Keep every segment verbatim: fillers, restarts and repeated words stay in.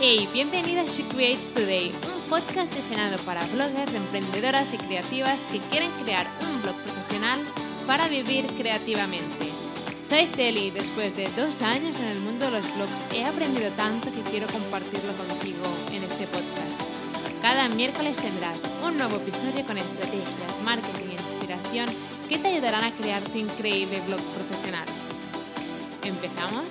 Hey, bienvenida a She Creates Today, un podcast diseñado para bloggers, emprendedoras y creativas que quieren crear un blog profesional para vivir creativamente. Soy Celi y después de dos años en el mundo de los blogs he aprendido tanto que quiero compartirlo contigo en este podcast. Cada miércoles tendrás un nuevo episodio con estrategias, marketing e inspiración que te ayudarán a crear tu increíble blog profesional. ¿Empezamos?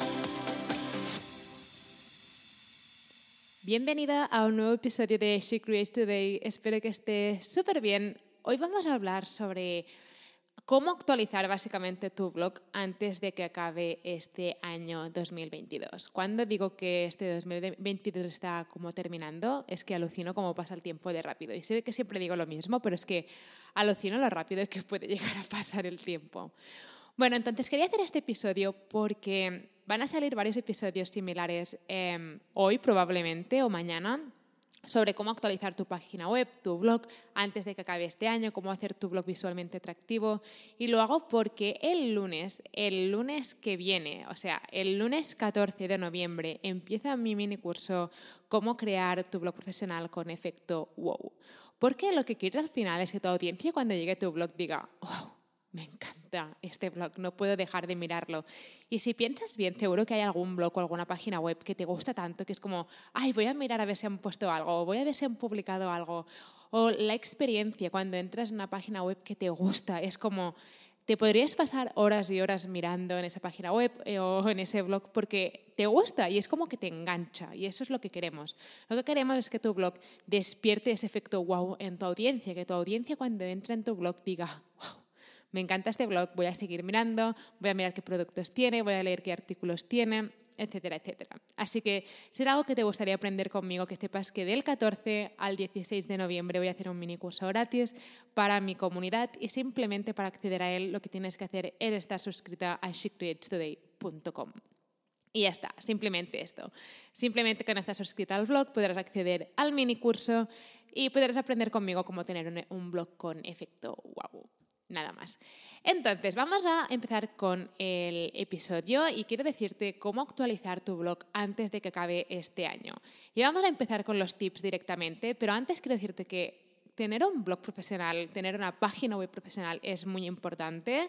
Bienvenida a un nuevo episodio de She Creates Today. Espero que estés súper bien. Hoy vamos a hablar sobre cómo actualizar básicamente tu blog antes de que acabe este año dos mil veintidós. Cuando digo que este dos mil veintidós está como terminando, es que alucino cómo pasa el tiempo de rápido. Y sé que siempre digo lo mismo, pero es que alucino lo rápido que puede llegar a pasar el tiempo. Bueno, entonces quería hacer este episodio porque van a salir varios episodios similares eh, hoy probablemente o mañana sobre cómo actualizar tu página web, tu blog, antes de que acabe este año, cómo hacer tu blog visualmente atractivo. Y lo hago porque el lunes, el lunes que viene, o sea, el lunes catorce de noviembre, empieza mi mini curso Cómo crear tu blog profesional con efecto wow. Porque lo que quieres al final es que tu audiencia cuando llegue a tu blog diga wow, me encanta este blog, no puedo dejar de mirarlo. Y si piensas bien, seguro que hay algún blog o alguna página web que te gusta tanto que es como, ay, voy a mirar a ver si han puesto algo, o voy a ver si han publicado algo. O la experiencia cuando entras en una página web que te gusta, es como, te podrías pasar horas y horas mirando en esa página web eh, o en ese blog porque te gusta y es como que te engancha y eso es lo que queremos. Lo que queremos es que tu blog despierte ese efecto wow en tu audiencia, que tu audiencia cuando entra en tu blog diga, wow, me encanta este blog, voy a seguir mirando, voy a mirar qué productos tiene, voy a leer qué artículos tiene, etcétera, etcétera. Así que si es algo que te gustaría aprender conmigo, que sepas que del catorce al dieciséis de noviembre voy a hacer un mini curso gratis para mi comunidad y simplemente para acceder a él lo que tienes que hacer es estar suscrita a she creates today punto com. Y ya está, simplemente esto. Simplemente cuando estás suscrita al blog podrás acceder al mini curso y podrás aprender conmigo cómo tener un, un blog con efecto wow. Nada más. Entonces, vamos a empezar con el episodio y quiero decirte cómo actualizar tu blog antes de que acabe este año. Y vamos a empezar con los tips directamente, pero antes quiero decirte que tener un blog profesional, tener una página web profesional es muy importante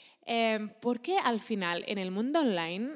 eh, porque al final en el mundo online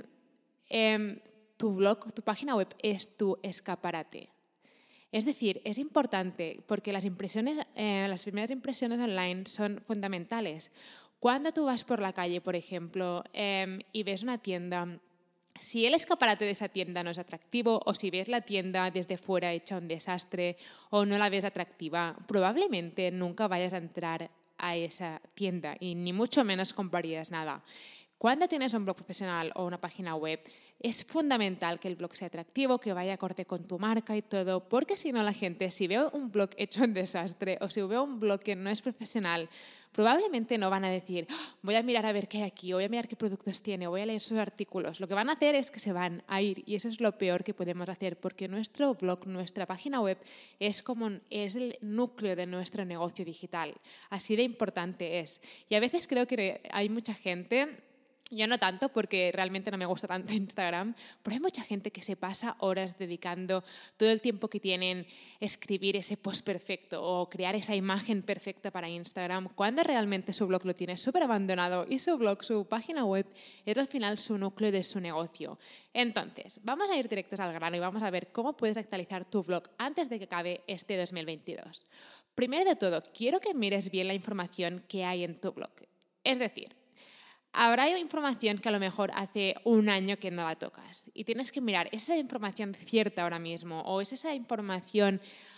eh, tu blog, tu página web es tu escaparate. Es decir, es importante porque las impresiones, eh, las primeras impresiones online son fundamentales. Cuando tú vas por la calle, por ejemplo, eh, y ves una tienda, si el escaparate de esa tienda no es atractivo o si ves la tienda desde fuera hecha un desastre o no la ves atractiva, probablemente nunca vayas a entrar a esa tienda y ni mucho menos comprarías nada. Cuando tienes un blog profesional o una página web, es fundamental que el blog sea atractivo, que vaya acorde con tu marca y todo, porque si no la gente, si ve un blog hecho un desastre o si ve un blog que no es profesional, probablemente no van a decir, oh, voy a mirar a ver qué hay aquí, o voy a mirar qué productos tiene, o voy a leer sus artículos. Lo que van a hacer es que se van a ir y eso es lo peor que podemos hacer porque nuestro blog, nuestra página web es como es el núcleo de nuestro negocio digital. Así de importante es. Y a veces creo que hay mucha gente... Yo no tanto porque realmente no me gusta tanto Instagram, pero hay mucha gente que se pasa horas dedicando todo el tiempo que tienen a escribir ese post perfecto o crear esa imagen perfecta para Instagram, cuando realmente su blog lo tiene súper abandonado y su blog, su página web, es al final su núcleo de su negocio. Entonces, vamos a ir directos al grano y vamos a ver cómo puedes actualizar tu blog antes de que acabe este dos mil veintidós. Primero de todo, quiero que mires bien la información que hay en tu blog. Es decir, habrá información que a lo mejor hace un año que no la tocas y tienes que mirar, ¿es esa información cierta ahora mismo? ¿O es esa información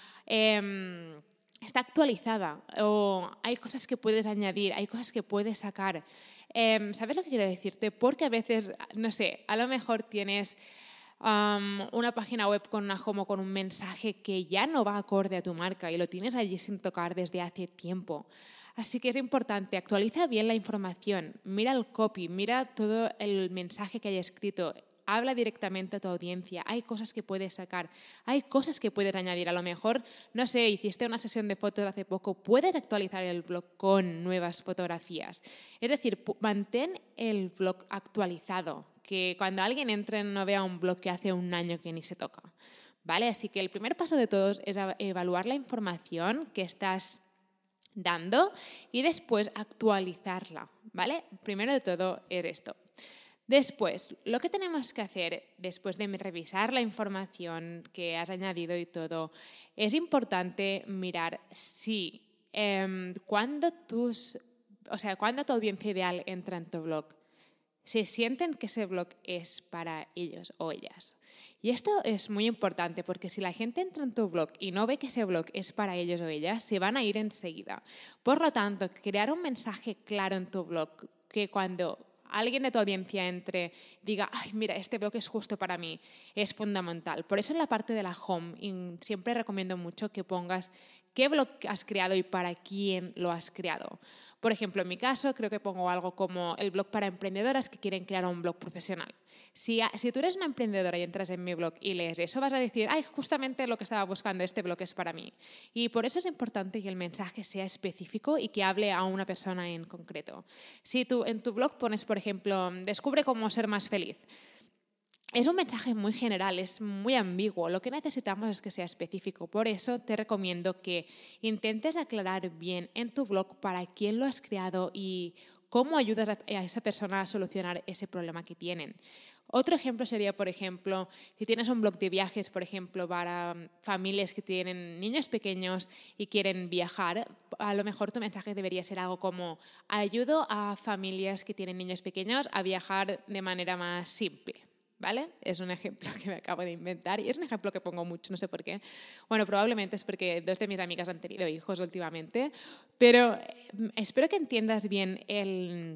eh, está actualizada? ¿O hay cosas que puedes añadir? ¿Hay cosas que puedes sacar? Eh, ¿Sabes lo que quiero decirte? Porque a veces, no sé, a lo mejor tienes um, una página web con una home o con un mensaje que ya no va acorde a tu marca y lo tienes allí sin tocar desde hace tiempo. Así que es importante, actualiza bien la información, mira el copy, mira todo el mensaje que haya escrito, habla directamente a tu audiencia, hay cosas que puedes sacar, hay cosas que puedes añadir. A lo mejor, no sé, hiciste una sesión de fotos hace poco, puedes actualizar el blog con nuevas fotografías. Es decir, mantén el blog actualizado, que cuando alguien entre no vea un blog que hace un año que ni se toca. ¿vale? Así que el primer paso de todos es evaluar la información que estás dando y después actualizarla, ¿vale? Primero de todo es esto. Después, lo que tenemos que hacer después de revisar la información que has añadido y todo, es importante mirar si eh, cuando tus, o sea, cuando tu audiencia ideal entra en tu blog, se sienten que ese blog es para ellos o ellas. Y esto es muy importante porque si la gente entra en tu blog y no ve que ese blog es para ellos o ellas, se van a ir enseguida. Por lo tanto, crear un mensaje claro en tu blog que cuando alguien de tu audiencia entre, diga, ay, mira, este blog es justo para mí, es fundamental. Por eso en la parte de la home siempre recomiendo mucho que pongas qué blog has creado y para quién lo has creado. Por ejemplo, en mi caso, creo que pongo algo como el blog para emprendedoras que quieren crear un blog profesional. Si, si tú eres una emprendedora y entras en mi blog y lees eso, vas a decir, ay, justamente lo que estaba buscando, este blog es para mí. Y por eso es importante que el mensaje sea específico y que hable a una persona en concreto. Si tú en tu blog pones, por ejemplo, descubre cómo ser más feliz, es un mensaje muy general, es muy ambiguo. Lo que necesitamos es que sea específico. Por eso te recomiendo que intentes aclarar bien en tu blog para quién lo has creado y cómo ayudas a esa persona a solucionar ese problema que tienen. Otro ejemplo sería, por ejemplo, si tienes un blog de viajes, por ejemplo, para familias que tienen niños pequeños y quieren viajar, a lo mejor tu mensaje debería ser algo como ayudo a familias que tienen niños pequeños a viajar de manera más simple. ¿Vale? Es un ejemplo que me acabo de inventar y es un ejemplo que pongo mucho, no sé por qué. Bueno, probablemente es porque dos de mis amigas han tenido hijos últimamente, pero espero que entiendas bien el,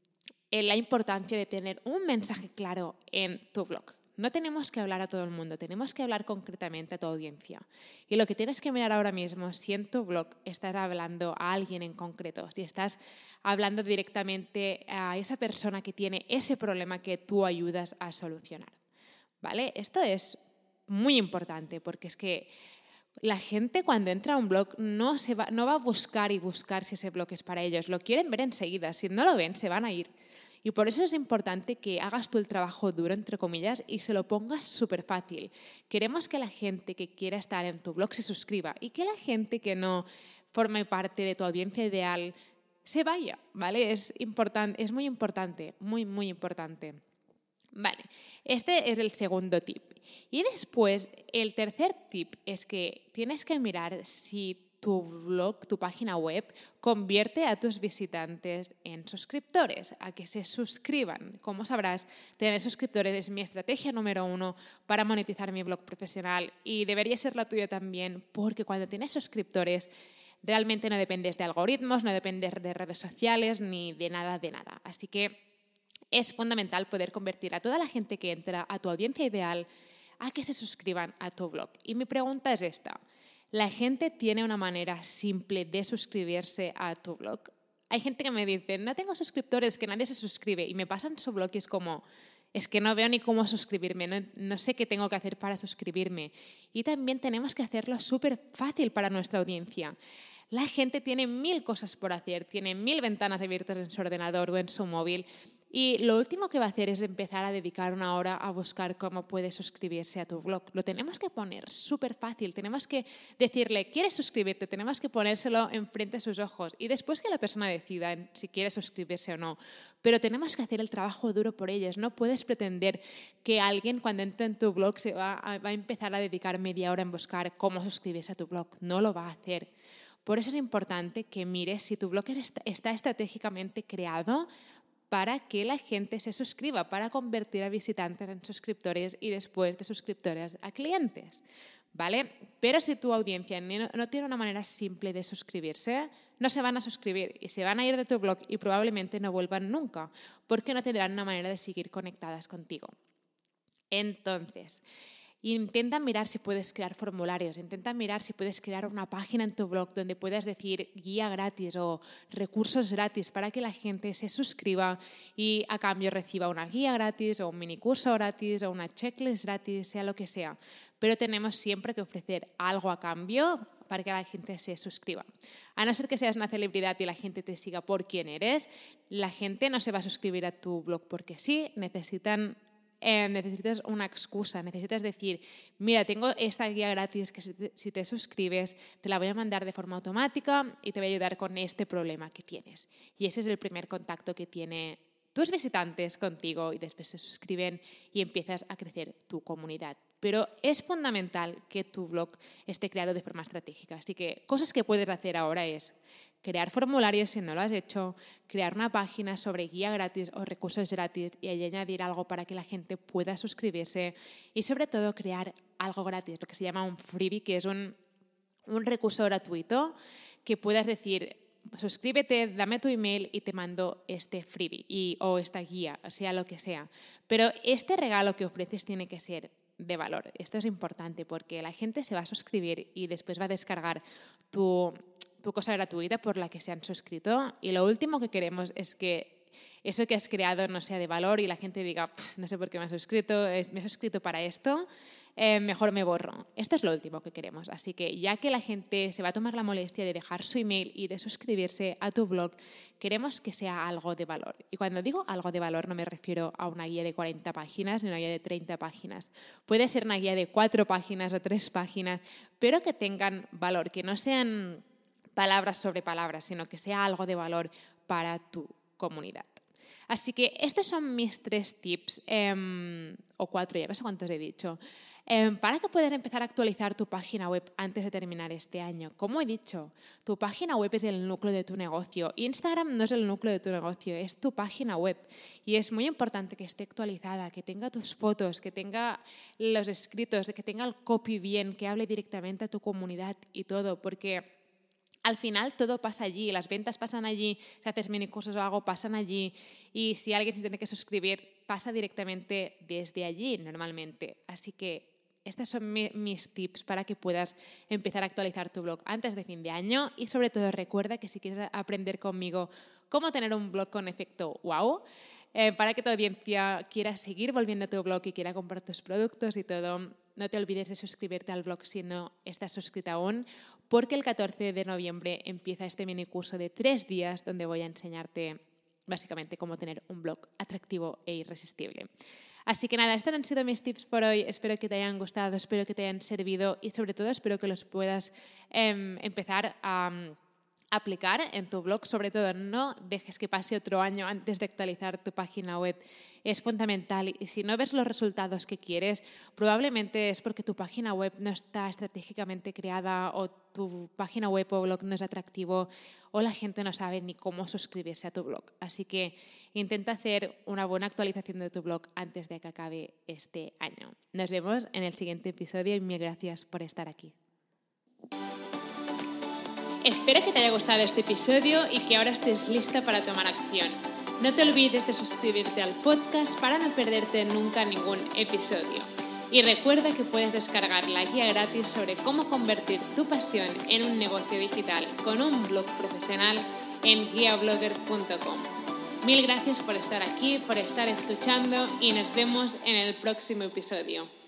el, la importancia de tener un mensaje claro en tu blog. No tenemos que hablar a todo el mundo, tenemos que hablar concretamente a tu audiencia. Y lo que tienes que mirar ahora mismo, si en tu blog estás hablando a alguien en concreto, si estás hablando directamente a esa persona que tiene ese problema que tú ayudas a solucionar. ¿Vale? Esto es muy importante porque es que la gente cuando entra a un blog no, se va, no va a buscar y buscar si ese blog es para ellos, lo quieren ver enseguida, si no lo ven se van a ir. Y por eso es importante que hagas tú el trabajo duro, entre comillas, y se lo pongas súper fácil. Queremos que la gente que quiera estar en tu blog se suscriba y que la gente que no forme parte de tu audiencia ideal se vaya, ¿vale? Es importante, es muy importante, muy, muy importante. Vale, este es el segundo tip. Y después, el tercer tip es que tienes que mirar si tu blog, tu página web, convierte a tus visitantes en suscriptores, a que se suscriban. Como sabrás, tener suscriptores es mi estrategia número uno para monetizar mi blog profesional y debería ser la tuya también, porque cuando tienes suscriptores, realmente no dependes de algoritmos, no dependes de redes sociales, ni de nada, de nada. Así que es fundamental poder convertir a toda la gente que entra a tu audiencia ideal a que se suscriban a tu blog. Y mi pregunta es esta. ¿La gente tiene una manera simple de suscribirse a tu blog? Hay gente que me dice, no tengo suscriptores, que nadie se suscribe. Y me pasan su blog y es como, es que no veo ni cómo suscribirme, no, no sé qué tengo que hacer para suscribirme. Y también tenemos que hacerlo súper fácil para nuestra audiencia. La gente tiene mil cosas por hacer, tiene mil ventanas abiertas en su ordenador o en su móvil. Y lo último que va a hacer es empezar a dedicar una hora a buscar cómo puede suscribirse a tu blog. Lo tenemos que poner súper fácil. Tenemos que decirle, ¿quieres suscribirte? Tenemos que ponérselo enfrente de sus ojos. Y después que la persona decida si quiere suscribirse o no. Pero tenemos que hacer el trabajo duro por ellos. No puedes pretender que alguien cuando entre en tu blog se va a, va a empezar a dedicar media hora en buscar cómo suscribirse a tu blog. No lo va a hacer. Por eso es importante que mires si tu blog está estratégicamente creado para que la gente se suscriba, para convertir a visitantes en suscriptores y después de suscriptores a clientes, ¿vale? Pero si tu audiencia no tiene una manera simple de suscribirse, no se van a suscribir y se van a ir de tu blog y probablemente no vuelvan nunca, porque no tendrán una manera de seguir conectadas contigo. Entonces, intenta mirar si puedes crear formularios, intenta mirar si puedes crear una página en tu blog donde puedas decir guía gratis o recursos gratis para que la gente se suscriba y a cambio reciba una guía gratis o un minicurso gratis o una checklist gratis, sea lo que sea. Pero tenemos siempre que ofrecer algo a cambio para que la gente se suscriba. A no ser que seas una celebridad y la gente te siga por quién eres, la gente no se va a suscribir a tu blog porque sí, necesitan eh, necesitas una excusa, necesitas decir, mira, tengo esta guía gratis que si te, si te suscribes te la voy a mandar de forma automática y te voy a ayudar con este problema que tienes. Y ese es el primer contacto que tiene tus visitantes contigo y después se suscriben y empiezas a crecer tu comunidad. Pero es fundamental que tu blog esté creado de forma estratégica. Así que cosas que puedes hacer ahora es crear formularios si no lo has hecho, crear una página sobre guía gratis o recursos gratis y ahí añadir algo para que la gente pueda suscribirse y sobre todo crear algo gratis, lo que se llama un freebie, que es un, un recurso gratuito que puedas decir, suscríbete, dame tu email y te mando este freebie y, o esta guía, sea lo que sea. Pero este regalo que ofreces tiene que ser de valor. Esto es importante porque la gente se va a suscribir y después va a descargar tu, tu cosa gratuita por la que se han suscrito. Y lo último que queremos es que eso que has creado no sea de valor y la gente diga, no sé por qué me he suscrito, me he suscrito para esto. Eh, mejor me borro. Esto es lo último que queremos. Así que ya que la gente se va a tomar la molestia de dejar su email y de suscribirse a tu blog, queremos que sea algo de valor. Y cuando digo algo de valor no me refiero a una guía de cuarenta páginas ni una guía de treinta páginas. Puede ser una guía de cuatro páginas o tres páginas, pero que tengan valor, que no sean palabras sobre palabras, sino que sea algo de valor para tu comunidad. Así que estos son mis tres tips, eh, o cuatro, ya no sé cuántos he dicho, eh, para que puedas empezar a actualizar tu página web antes de terminar este año. Como he dicho, tu página web es el núcleo de tu negocio. Instagram no es el núcleo de tu negocio, es tu página web. Y es muy importante que esté actualizada, que tenga tus fotos, que tenga los escritos, que tenga el copy bien, que hable directamente a tu comunidad y todo, porque al final todo pasa allí, las ventas pasan allí, si haces minicursos o algo pasan allí y si alguien se tiene que suscribir pasa directamente desde allí normalmente. Así que estos son mi, mis tips para que puedas empezar a actualizar tu blog antes de fin de año y sobre todo recuerda que si quieres aprender conmigo cómo tener un blog con efecto wow, eh, para que tu audiencia quiera seguir volviendo a tu blog y quiera comprar tus productos y todo, no te olvides de suscribirte al blog si no estás suscrita aún, porque el catorce de noviembre empieza este mini curso de tres días donde voy a enseñarte básicamente cómo tener un blog atractivo e irresistible. Así que nada, estos han sido mis tips por hoy. Espero que te hayan gustado, espero que te hayan servido y sobre todo espero que los puedas eh, empezar a um, aplicar en tu blog. Sobre todo, no dejes que pase otro año antes de actualizar tu página web. Es fundamental y si no ves los resultados que quieres, probablemente es porque tu página web no está estratégicamente creada o tu página web o blog no es atractivo o la gente no sabe ni cómo suscribirse a tu blog. Así que intenta hacer una buena actualización de tu blog antes de que acabe este año. Nos vemos en el siguiente episodio y mil gracias por estar aquí. Espero que te haya gustado este episodio y que ahora estés lista para tomar acción. No te olvides de suscribirte al podcast para no perderte nunca ningún episodio. Y recuerda que puedes descargar la guía gratis sobre cómo convertir tu pasión en un negocio digital con un blog profesional en guía blogger punto com. Mil gracias por estar aquí, por estar escuchando y nos vemos en el próximo episodio.